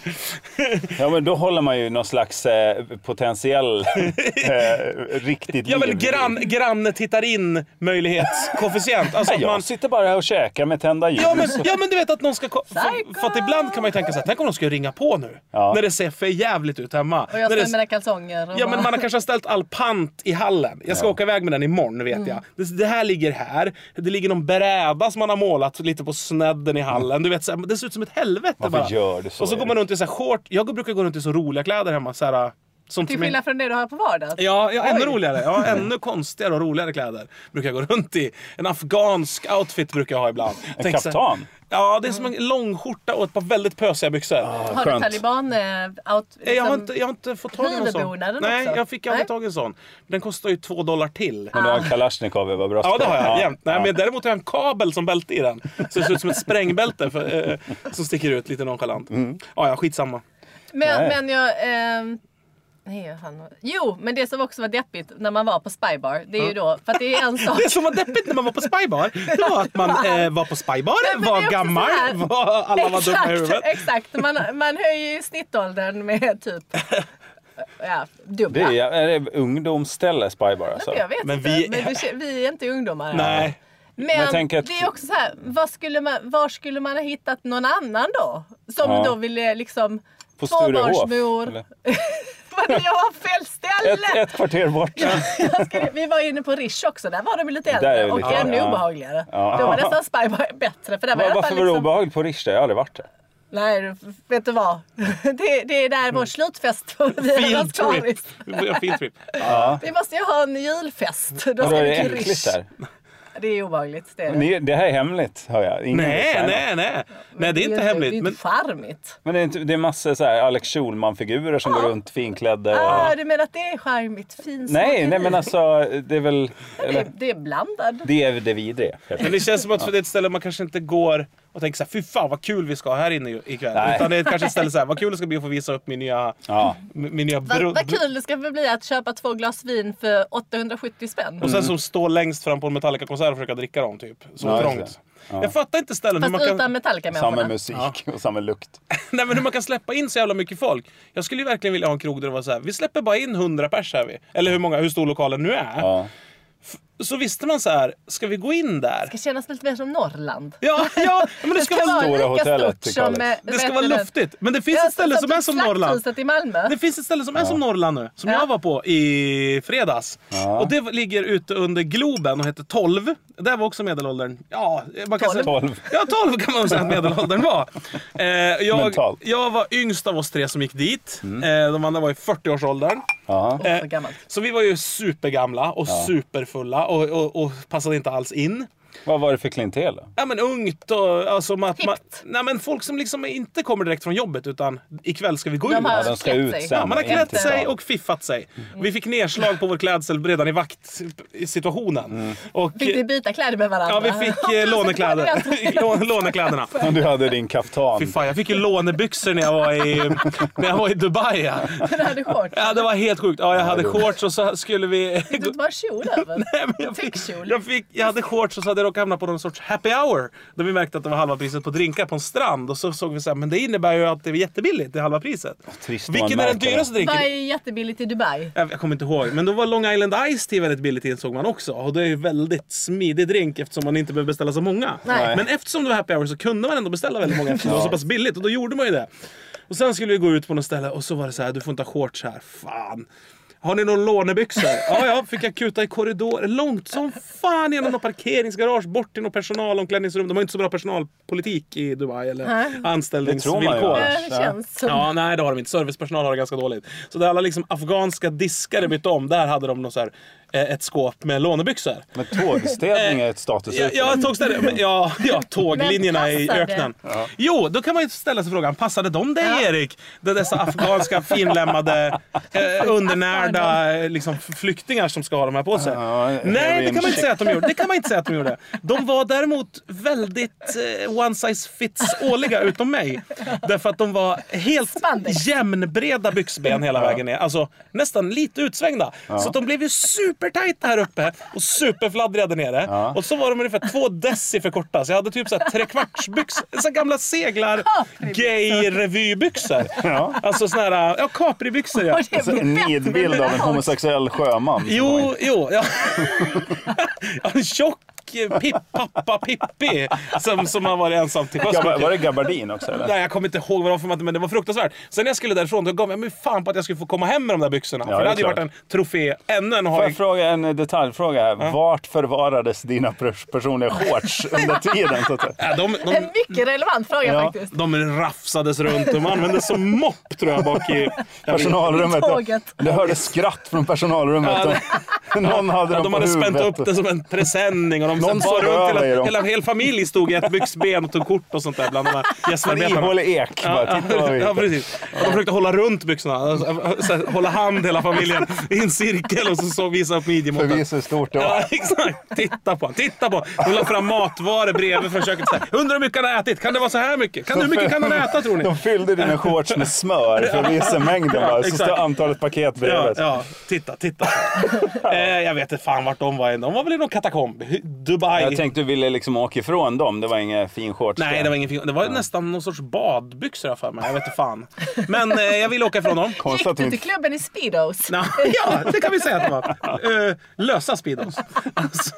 Ja, men då håller man ju någon slags eh, potentiell eh, riktigt Ja, men liv. grann, granne tittar in möjlighetskoefficient. Alltså att Jag man... sitter bara här och käkar med tända ljus. Ja men, ja men du vet att någon ska... Ko- för, Psycho! för att ibland kan man ju tänka så här, tänk om de ska ringa på nu. Ja. När det ser för jävligt ut hemma. Och jag När står det, med mina kalsonger. Och ja men man har kanske har ställt all pant i hallen. Jag ska Ja. åka iväg med den imorgon vet jag. Det, det här ligger här. Det ligger någon bräda som man har målat lite på snedden i hallen. Du vet, så här, det ser ut som ett helvete. Varför bara. gör du så? Och så går man runt i så här short. Jag brukar gå runt i så roliga kläder hemma. Så här, sånt Till som är- skillnad från det du har på vardagen. Ja, ja ännu Oj. roligare. Ja, ännu konstigare och roligare kläder brukar jag gå runt i. En afghansk outfit brukar jag ha ibland. En Tänk så här- kaftan? Ja, det är som en långskjorta och ett par väldigt pösiga byxor. Har du Skönt. taliban eh, out, Nej, jag, har liksom- inte, jag har inte fått tag i någon sån. Huvudbonaden Nej, också? jag fick aldrig Nej. tag i en sån. Den kostar ju två dollar till. Men du har en Kalashnikov över bröstet? Ja, det har jag Ja. jämt. Nej, Ja. men däremot har jag en kabel som bälte i den. Så det ser ut som ett sprängbälte för, eh, som sticker ut lite nonchalant. Mm. Ja, ja, skitsamma. Men, Nej. men jag... ehm, nej, fan. Jo, men det som också var deppigt när man var på Spybar, det är ju då, för att det är en sak. Det som var deppigt när man var på Spybar, det var att man eh, var på Spybar, men det är var också gammal, så här- var, alla var dumma i huvudet. Exakt, man, man höjer ju snittåldern med typ ja, Det dubbla. är, är det ungdomsställe Spybar alltså? Jag vet Men inte, vi- men du, vi är inte ungdomar. Nej. Men jag tänker att- det är också så här, vad skulle man, var skulle man ha hittat någon annan då? Som Ja. då ville liksom På Sturehof? tvåbarnsmor. eller? Vad det jag har fel ställe! Ett, ett kvarter bort. Jag ska, vi var inne på Rish också, där var de lite Där är äldre det och lite, ännu ja. obehagligare. Ja. Då var nästan Spybar bättre. För där var i Var, alla varför fall var det liksom, obehagligt på Rish? Jag har aldrig varit där. nej, du- vet du vad? Det, det är där vår slutfest på Field trip. Vianas Vi får göra field trip. Vi måste ju ha en julfest. Då Och då ska är vi det till äckligt Rish. där. Det är obehagligt. Det, är det. Ni, det här är hemligt, hör jag. Ingen vill Nej, säga något. nej, nej. Nej, det är inte Det är hemligt. inte Men charmigt. Men det är, inte, det är massor så här Alex Schulman-figurer som går runt finklädda. Och... Ah, du menar att det är charmigt? Fin Nej, smakeri. nej men alltså det är väl... Det Eller, är, det är blandad. det är det vidriga. Men det känns som att det är ett ställe man kanske inte går och tänker så här, fy fan vad kul vi ska ha här inne ikväll. Nej. Utan det är kanske ett ställe så här, vad kul det ska bli att få visa upp min nya, Ja. min nya Vad, bro. vad kul det ska bli att köpa två glas vin för åttahundrasjuttio spänn. Och sen som står längst fram på en Metallica-konsert och försöka dricka dem typ. Så Ja, trångt. just det. Ja. Jag fattar inte ställen hur Fast man kan... utan Samma Metallica-människorna. musik och samma lukt. Nej, men hur man kan släppa in så jävla mycket folk. Jag skulle ju verkligen vilja ha en krog där det var så här, vi släpper bara in hundra pers här vi. Eller hur många, hur stor lokalen nu är. Ja. Så visste man så här, ska vi gå in där? Det ska kännas lite mer som Norrland. Ja, ja, men det ska vara... vara Stora lika hotellet stort i som... Kalix. eh, Det vet ska du vara den? luftigt. Men det finns Ja, ett ställe som är typ som Norrland. Slakthuset i Malmö. Det finns ett ställe som är som Norrland nu. Som Ja. jag var på i fredags. Ja. Och det ligger ute under Globen och heter tolv. Där var också medelåldern. Ja, man kan säga... tolv. Ja, tolv kan man säga att medelåldern var. Eh, jag, Mentalt. jag var yngst av oss tre som gick dit. Eh, de andra var i fyrtioårsåldern. Ja. Åh, så gammalt. Så vi var ju supergamla och superfulla och, och, och passade inte alls in. Vad var det för klientel då? Ja men ungt och alltså, ma- ma- Hippt. nej, men folk som liksom inte kommer direkt från jobbet utan ikväll ska vi gå De ut. har Ja, de ska klätt ut sig. sen. Ja, man har in klätt till sig stan. och fiffat sig. Vi fick nedslag på vår klädsel redan i vaktsituationen. Och, Fick ni byta kläder med varandra? ja, vi fick eh, lånekläder. Lå- lånekläderna. Och du hade din kaftan. Fy fan, jag fick ju lånebyxor när jag var i, när jag var i Dubai. Ja. Du hade shorts. Ja, det var helt sjukt. Ja, jag hade shorts och så skulle vi... Fick du inte bara kjol över? Nej, men jag, fick, Täckkjol. jag, fick, jag hade shorts och så hade jag råkat hamna på någon sorts happy hour. Då vi märkte att det var halva priset på drinkar på en strand. Och så såg vi så här, men det innebär ju att det är jättebilligt, det är halva priset. Trist om Vilken man är den märker dyraste Vad drinken? är jättebilligt i Dubai? Jag jag kommer inte ihåg, men då var Long Island Ice Tea väldigt billigt insåg man också. Och det är ju väldigt smidig drink eftersom man inte behöver beställa så många. Nej. Men eftersom det var happy hour så kunde man ändå beställa väldigt många eftersom det var så pass billigt. Och då gjorde man ju det. Och sen skulle vi gå ut på något ställe och så var det så här, du får inte ha shorts här. Fan. Har ni någon lånebyxor? Ja, ja, fick jag kuta i korridor. Långt som fan genom någon parkeringsgarage bort till någon personalomklädningsrum. De har inte så bra personalpolitik i Dubai eller Nej. anställningsvillkor. Det tror man ju. Det Ja. känns som... Ja, nej det har de inte. Servicepersonal har det ganska dåligt. Så där alla liksom afghanska diskare bytt om, där hade de någon så här ett skåp med lånebyxor. Men tågstädning är ett status. Ja, ja, tågstädning. Ja, ja, tåglinjerna i öknen. Ja. Jo, då kan man ju ställa sig frågan, passade de dig, ja. Erik? Det dessa afghanska finlämmade, eh, undernärda liksom, flyktingar som ska ha de här på sig. Ja, nej, det kan man inte säga att de gjorde. Det kan man inte säga att de gjorde. De var däremot väldigt eh, one size fits åliga utom mig. Därför att de var helt Spandex. jämnbreda byxben hela vägen ner. Alltså nästan lite utsvängda. Ja. Så de blev ju supertajta här uppe och superfladdriga där nere. Ja. Och så var de ungefär två deci för korta. Så jag hade typ så här trekvartsbyxor. Så gamla seglar gay-revybyxor. Ja. Alltså såna här, ja, Capri-byxor. Ja. Alltså, en nidbild av en homosexuell sjöman. Jo, jo. Ja. En tjock Pip, pappa Pippi som, som har varit ensam till Gabba, var det gabardin också eller? Nej, jag kommer inte ihåg vad det var för mat, men det var fruktansvärt. Sen när jag skulle därifrån då gav jag mig fan på att jag skulle få komma hem med de där byxorna. Ja, för det hade ju varit en trofé ännu en. Får jag fråga en detaljfråga här? Ja. Vart förvarades dina personliga shorts under tiden? Så att ja, de, de, en mycket relevant fråga ja. faktiskt. De rafsades runt och man använde som mopp tror jag bak i personalrummet. Det hördes skratt från personalrummet. Ja, det, någon hade ja, de hade spänt upp det som en presenning och de någon sa runt hela, hela, hela familj stod i ett byxben och tog kort och sånt där bland de här gästarbetarna. Frihåll ek. Ja, bara, ja, ja, precis. Och de försökte hålla runt byxorna. Alltså, hålla hand hela familjen i en cirkel och så, så visa upp midjan mot den. För visa hur stort det var. Ja, exakt. Titta på Titta på De la fram matvaror bredvid från köket. Undrar hur mycket han har ätit. Kan det vara så här mycket? Kan, hur mycket kan han äta tror ni? De fyllde dina shorts med smör för att visa mängden. Ja, så står antalet paket bredvid. Ja, ja. Titta, titta. eh, jag vet inte fan vart de var. De var väl i någon katakomb. Dubai. Jag tänkte du ville liksom åka ifrån dem. Det var ingen fin shorts. Nej, det var ingen fin. Det var ja. nästan någon sorts badbyxor för mig. Jag vet inte fan. Men eh, jag ville åka ifrån dem. Gick du till klubben i Speedos? Nå, ja, det kan vi säga att det var. Uh, lösa Speedos. Alltså,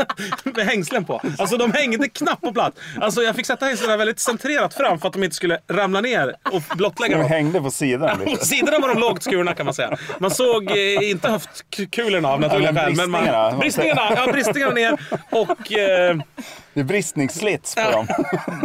med hängslen på. Alltså de hängde knappt på plats. Alltså jag fick sätta hängslen väldigt centrerat fram för att de inte skulle ramla ner och blottlägga dem. De hängde på sidan lite. På sidorna var de lågt skurna kan man säga. Man såg eh, inte höftkulorna av naturliga skäl. Men man, bristningarna. Ja, bristningarna ner. Och... Eh, det är bristningsslits på ja. dem.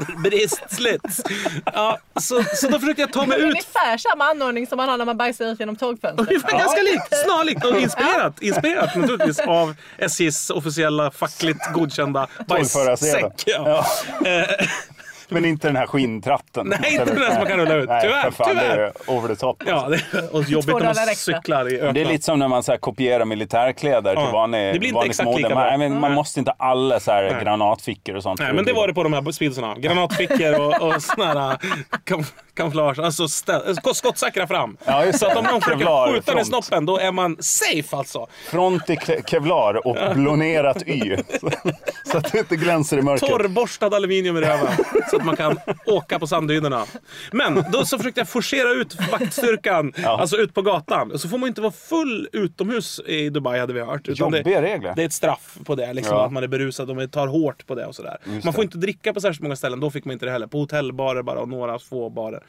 Bristslits. Ja, så, så då försökte jag ta mig ut. Ungefär samma anordning som man har när man bajsar ut genom tågfönstret. Ungefär ja. ganska likt, snarlikt och inspirerat. Inspirerat naturligtvis av S J:s officiella fackligt godkända bajssäck. Ja. Ja. Men inte den här skinntratten. Nej, inte den som man kan rulla ut. Nej, tyvärr, fan, tyvärr. Det är over the top. Ja, det är och jobbigt när man cyklar i öknen. Det är lite som när man så här, kopierar militärkläder ja. till vanlig, det blir inte exakt mode. lika Man, men, man måste inte alla så här granatfickor och sånt. Nej, men det var det på de här speedsarna. Granatfickor och, och såna här kam, kamouflage. Alltså ställ, skottsäkra fram. Ja, så att om någon försöker skjuta den i snoppen, då är man safe alltså. Front i kevlar och blonerat y. Så, så att det inte glänser i mörkret. Torrborstad aluminium i röven. Så att man kan åka på sanddynerna. Men då så försökte jag forcera ut vaktstyrkan ja. alltså ut på gatan. Så får man inte vara full utomhus i Dubai hade vi hört. Utan det, regler. det är ett straff på det. Liksom, ja. Att man är berusad och man tar hårt på det och sådär. Just man får det. inte dricka på särskilt många ställen. Då fick man inte det heller. På hotellbarer bara och några få barer.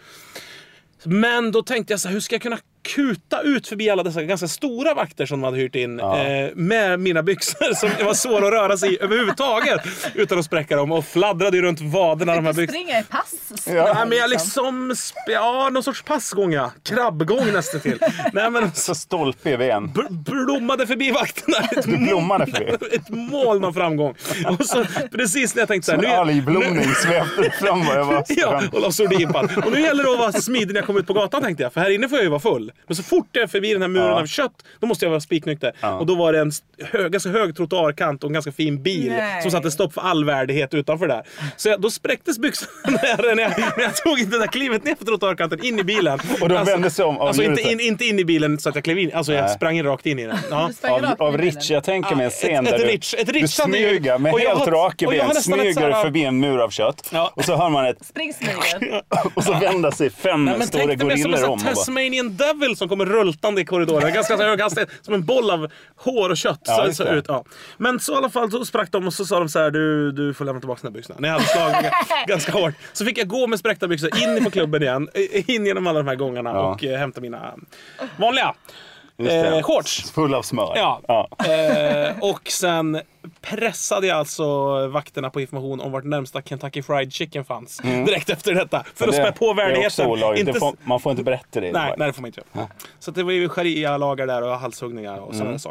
Men då tänkte jag så här, hur ska jag kunna kuta ut förbi alla dessa ganska stora vakter som de hade hyrt in ja. eh, med mina byxor som var svåra att röra sig i överhuvudtaget utan att spräcka dem och fladdrade ju runt vaderna de här byxorna. Springa i pass? Ja, Nej, men jag liksom ja, någon sorts passgång ja. Krabbgång nästan till. Nej, men så stolpe i ven. B- blommade förbi vakterna. Ett, blommade förbi. ett moln av framgång. Och så precis när jag tänkte så här, nu algblomning svepte fram vad jag var. Ja, och la sordinpad. Och nu gäller det att vara smidig när jag kommer ut på gatan tänkte jag, för här inne får jag ju vara full. Men så fort jag är förbi den här muren ja. av kött, då måste jag vara spiknykter. Ja. Och då var det en hög, ganska hög trottoarkant och en ganska fin bil Nej. som satte stopp för all värdighet utanför där. Så jag, då spräcktes byxorna när, när, jag, när jag tog inte det där klivet ner för trottoarkanten in i bilen. Och då alltså, vände sig om. Alltså inte in, inte in i bilen så att jag klev in. Alltså jag Nej. sprang in rakt in i den. Ja. Av, av Rich, jag tänker mig en scen ett, där ett du, rich, ett du smyger med helt raka ben, smyger såhär, förbi en mur av kött. Ja. Och så hör man ett springsmyger. Och så vänder sig fem Nej, stora gorillor om. Tasmanian Devil som kommer rultande i korridoren. Ganska så hög hastighet, som en boll av hår och kött. Ja, så, så ut, ja. Men så i alla fall så sprack de och så sa de så här: du, du får lämna tillbaka den här byxorna. När jag hade slagit ganska hårt. Så fick jag gå med spräckta byxor in på klubben igen. In genom alla de här gångarna ja. och eh, hämta mina vanliga eh, shorts. Full av smör. Ja. ja. Eh, och sen pressade jag alltså vakterna på information om vart närmsta Kentucky Fried Chicken fanns. Mm. Direkt efter detta. För att spä på värdigheten. Inte... Får, man får inte berätta det. Nej, nej, det får man inte göra. Ja. Så det var ju sharia-lagar där och halshuggningar och sådana mm. saker.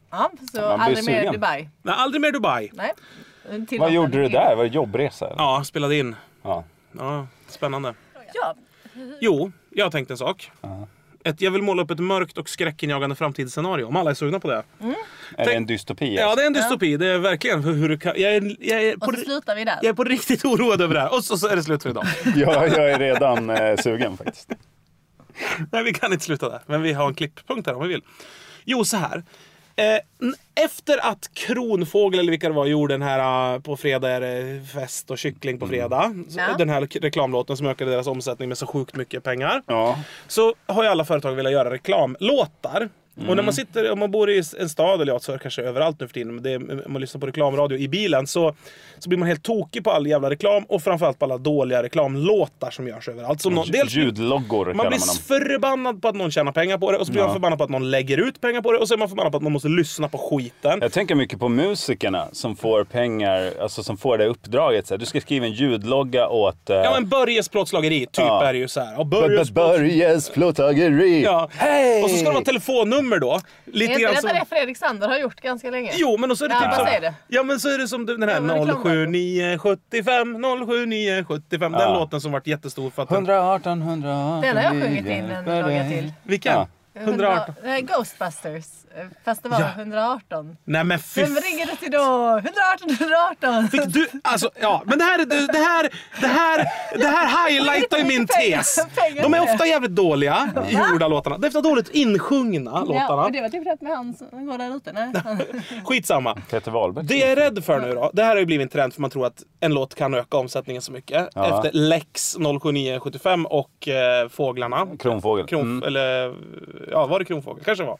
Ja, så Man blir aldrig mer sugen. Dubai. Nej, aldrig mer Dubai. Nej. Vad gjorde du där? Var det jobbresa? Eller? Ja, spelade in. Ja. Ja, spännande. Ja. Jo, jag har tänkt en sak. Ja. Ett, jag vill måla upp ett mörkt och skräckinjagande framtidsscenario. Om alla är sugna på det. Är det en dystopi? Ja, det är en dystopi. Det är verkligen hur, hur du kan... Jag är, jag, är på, Och så slutar vi där. jag är på riktigt oroad över det här. Och så, så är det slut för idag. Ja, jag är redan eh, sugen faktiskt. Nej, vi kan inte sluta där. Men vi har en klipppunkt här om vi vill. Jo, så här. Eh, efter att Kronfågel eller vilka det var gjorde den här uh, på fredag är det fest och kyckling på fredag. Mm. Ja. Den här reklamlåten som ökade deras omsättning med så sjukt mycket pengar. Ja. Så har ju alla företag velat göra reklamlåtar. Mm. Och när man sitter, om man bor i en stad eller ja, så är det kanske överallt nu för tiden, men det är, om man lyssnar på reklamradio i bilen så, så blir man helt tokig på all jävla reklam och framförallt på alla dåliga reklamlåtar som görs överallt. Som någon, dels, Ljudloggor man kallar blir man dem. förbannad på att någon tjänar pengar på det och så blir Ja. man förbannad på att någon lägger ut pengar på det och så är man förbannad på att man måste lyssna på skiten. Jag tänker mycket på musikerna som får pengar, alltså som får det uppdraget. Så här, du ska skriva en ljudlogga åt... Uh... Ja, men Börjes plåtslageri typ Ja. är det ju så här. Och Börjes Börjes plåtslageri. Ja. Hej! Och så ska det vara telefonnummer då. Lite Är inte grann detta som... det Fredrik Sander har gjort ganska länge? Jo, men så är det Ja, typ vad som... säger det? Ja, men så är det som den Ja, men här reklam- noll sju nio sju fem noll sju nio sju fem. Den Ja. låten som varit jättestor för att den... hundraarton, hundraarton. Den har jag sjungit in en logga till. Vilken? Ja. hundraarton. Nej, Ghostbusters. Fast det var Ja. hundraarton. Nej men fy Vem ringer du till då? hundraarton, hundraarton. Fick du, alltså, ja, men det här, är- det, det här, det här, det här highlightar ju min pengar- tes. pengar De är för det. ofta jävligt dåliga, gjorda låtarna. Det är ofta dåligt insjungna Ja, låtarna. och det var typ rätt med han som går där ute. Nej. Skitsamma. Peter Wahlberg. Det jag är rädd för nu då, det här har ju blivit en trend för man tror att en låt kan öka omsättningen så mycket. Ja. Efter Lex noll sju nio sju fem och eh, Fåglarna. Kronfågel. Kronf- Mm. Eller, ja, var det Kronfågel? Kanske var.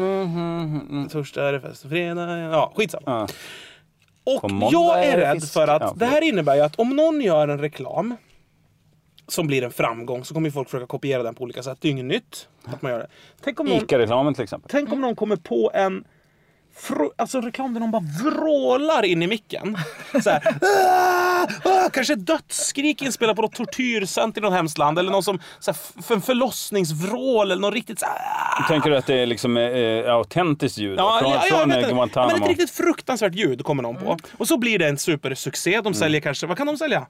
Mm. Torsdag är det fest och fredag. Ja, skitsamma. Ja. Och På måndag jag är är det rädd fisk. för att Ja, det här innebär ju att om någon gör en reklam som blir en framgång så kommer ju folk försöka kopiera den på olika sätt. Det är ju inget nytt att man gör det. Tänk om någon, Ica-reklamen till exempel. tänk om någon kommer på en fr- alltså reklam där någon bara vrålar in i micken. Så här, "Ah, ah", kanske ett dödsskrik inspelat på något tortyrcenter i något hemskt land. Eller någon som så här, f- en förlossningsvrål eller något riktigt så här, "Ah". Tänker du att det är liksom eh, autentiskt ljud? Ja, från ja, ja, från jag vet eh, inte. Guantanamo? Men ett riktigt fruktansvärt ljud kommer någon på. Och så blir det en supersuccé. De säljer kanske, vad kan de sälja?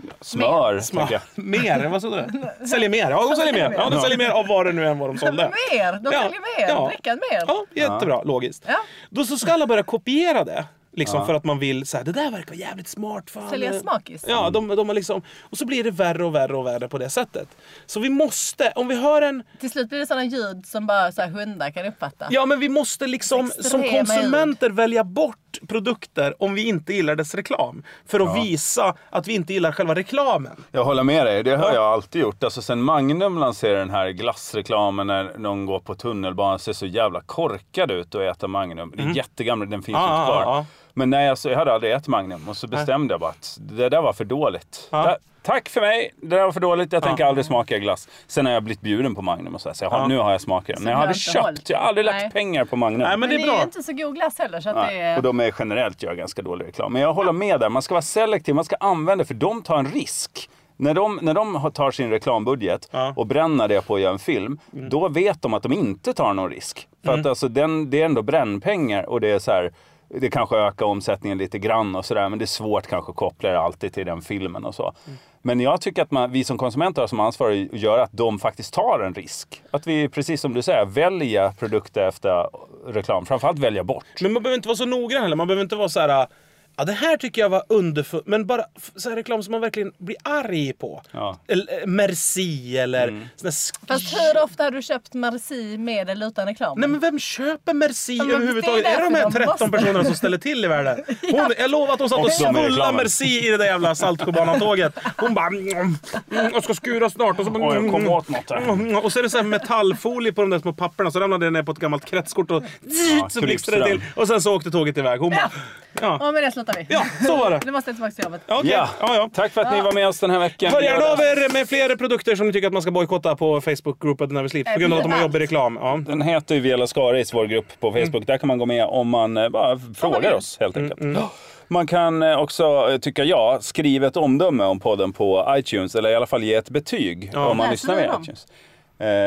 Smör, Smör. tänker jag. Mer, vad sa du? Säljer mer. Ja, de säljer mer. Ja, de säljer mer av vad det nu än vad de sålde. Mer! De Ja, säljer mer! ja. Drickan mer! Ja, jättebra. Logiskt. Ja. Då så ska alla börja kopiera det. Liksom Ja. för att man vill så här, det där verkar jävligt smart. Fan. Sälja smakis. Ja, de, de har liksom, och så blir det värre och värre och värre på det sättet. Så vi måste, om vi hör en... Till slut blir det sådana ljud som bara så här hundar kan uppfatta. Ja, men vi måste liksom som Extrema konsumenter välja bort produkter om vi inte gillar dess reklam. För att Ja. visa att vi inte gillar själva reklamen. Jag håller med dig, det har Ja. jag alltid gjort. Alltså sen Magnum lanserade den här glassreklamen när någon går på tunnelbanan ser så jävla korkad ut och äter Magnum. Det är jättegammal, den finns Ja, inte ja, kvar. ja. Men nej, alltså, jag hade aldrig ätit Magnum och så bestämde jag bara att det där var för dåligt. Ja. Ta- tack för mig, det där var för dåligt, jag tänker aldrig smaka glass. Sen har jag blivit bjuden på Magnum och så, här, så jag har, Ja. nu har jag smakat den. Men jag du har har aldrig inte köpt, hållit. jag har aldrig lagt Nej. pengar på Magnum. Nej, men Men det är bra. är inte så god glass heller så att det Nej. är... Och de är generellt gör ganska dålig reklam. Men jag håller med där, man ska vara selektiv, man ska använda för de tar en risk. När de, när de har- tar sin reklambudget Ja. och bränner det på att göra en film, då vet de att de inte tar någon risk. För att alltså, den, det är ändå brännpengar och det är så här, det kanske ökar omsättningen lite grann och sådär, men det är svårt kanske att koppla det alltid till den filmen och så. Men jag tycker att man, vi som konsumenter har som ansvar att göra att de faktiskt tar en risk. Att vi, precis som du säger, välja produkter efter reklam. Framförallt välja bort. Men man behöver inte vara så noggrann heller. Man behöver inte vara så här. Ja, det här tycker jag var underfullt. Men bara f- så här reklam som man verkligen blir arg på. Ja. Eller, eh, merci eller Mm. sån där sk- Fast hur ofta har du köpt Merci med eller utan reklam? Nej, men vem köper merci men överhuvudtaget? det är Är det de här därför de tretton måste- personerna som ställer till i världen? Hon, jag lovar att hon satt och Och de är svullade reklamen. merci i det där jävla Saltsjöbanan-tåget. Hon bara mm, mm, jag ska skura snart. Och så, bara, Oj, jag kom mm, åt något här. mm, och så är det så här metallfolie på de där små papperna. Så ramlade det ner på ett gammalt kretskort och så blixtrade det till. Och sen så åkte tåget iväg. Hon bara, ja, Ja, men det slutar vi. ja, så var det. Nu måste jag tillbaka till jobbet. Okej. Ja. Ja, ja. Tack för att ni var med oss den här veckan. Hör gärna av er med fler produkter som ni tycker att man ska bojkotta på Facebook-gruppen Nervous Sleep. På grund av att de har jobbig reklam. Ja. Den heter ju Vela Skaris, vår grupp på Facebook. Mm. Där kan man gå med om man eh, bara frågar oss helt enkelt. Man kan eh, också, eh, tycker jag, skriva ett omdöme om podden på iTunes. Eller i alla fall ge ett betyg Ja. om man Läser lyssnar du via dem? iTunes. Eh,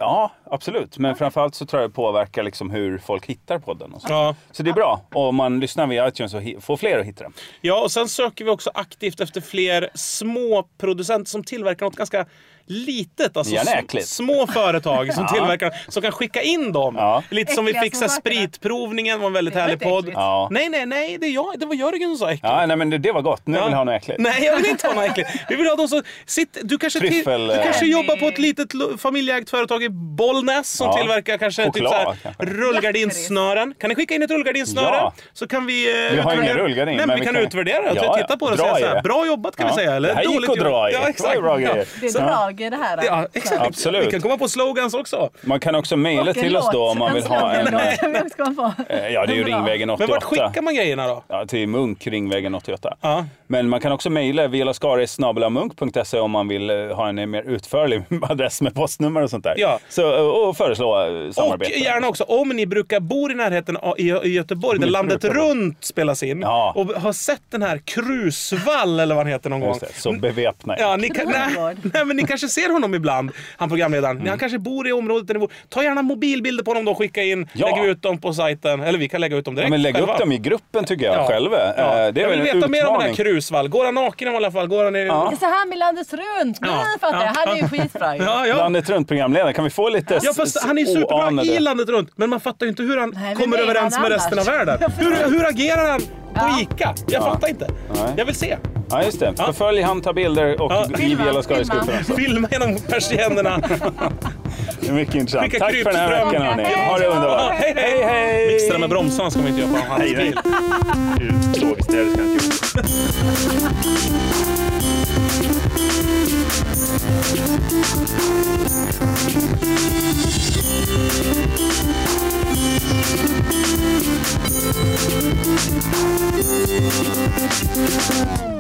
Ja, absolut. Men framförallt så tror jag det påverkar liksom hur folk hittar podden. Och så. Ja. Så det är bra. Och om man lyssnar via iTunes så får fler att hitta den. Ja, och sen söker vi också aktivt efter fler små producenter som tillverkar något ganska litet. Alltså Gärna s- äckligt. små företag som tillverkar, som kan skicka in dem. Ja. Lite som vi Äckliga fixar små saker. spritprovningen, var en väldigt Det var härlig inte podd. äckligt. Ja. Nej, nej, nej, det, är jag, det var Jörgen som sa äckligt. Ja, nej men det, det var gott. Nu Ja. vill jag ha något äckligt. Nej, jag vill inte ha något äckligt. Vi vill ha de som... Sitt, du kanske, till, Tryffel, du kanske eh, jobbar på ett litet lo- familjeägt företag i Bollnäs som Ja. tillverkar kanske Choklad, typ så här, kanske. rullgardinsnören. Kan ni skicka in ett rullgardinsnöre? Ja. Så kan vi... eh, Vi har kan ingen rullgardin, Nej, men men vi vi kan kan- utvärdera det och Ja, titta på det och bra säga så här, idé. bra jobbat kan Ja. vi säga. Eller Det här gick dåligt att dra jobbat. i. Ja, Det exakt. var ju bra Ja. grejer. Det är Så- drag i det här. Ja, exakt. Absolut. Vi kan komma på slogans också. Man kan också mejla Och en till oss då låt. om man vill ha en... låt kan vi också komma på. eh, Ja, det är ju Bra. Ringvägen Men vart åttioåtta. skickar man grejerna då? Ja, till Munk, Ringvägen åttioåtta. Ja. Men man kan också mejla violaskaris snabel-a munk punkt se om man vill eh, ha en mer utförlig adress med postnummer och sånt där. Ja. Så, och, och föreslå eh, Och samarbete. gärna också, om ni brukar bo i närheten av, i, i Göteborg, där Ni landet brukar bo. runt spelas in, Ja. och har sett den här Krusvall eller vad han heter någon gång. Just det, så beväpna er. Ja, ni, kan, nej, Krusvall. nej, men ni kanske ser honom ibland, han programledaren. Mm. Han kanske bor i området där ni bor. Ta gärna mobilbilder på honom då, skicka in, Ja. lägg ut dem på sajten. Eller vi kan lägga ut dem direkt Ja, men lägg själva. upp dem i gruppen tycker jag Ja. själva. Ja. Eh, Det är Jag väl vill en veta mer om den här utmaning. Krusvall. Går han naken i alla fall? Går han i... Ja. Det är så här med landet runt. Nu Ja. fattar jag. Ja. Han är ju skitbra ju. Ja, ja. Landet runt programledare, kan vi få lite Ja, fast han är ju superbra oanade- i landet runt. Men man fattar ju inte hur han Nej, men kommer det är överens han med resten av annars. världen. Jag förstår. Hur, hur agerar han på Ja. Ica? Jag Ja. fattar inte. Nej. Jag vill se. Ja, just det. Förfölj han, ta bilder och Ja. i Filma, Violaskaris-gruppen filma. också. Filma genom persiennerna. Det är mycket intressant. Skicka Tack för den här krypström. veckan hörni. Ha det Ja, underbart. hej, hej. Hej, hej. Mixtra med bromsarna ska man inte göra på hans Nej, nej. bil. Du såg istället, ska jag inte göra. Thank you.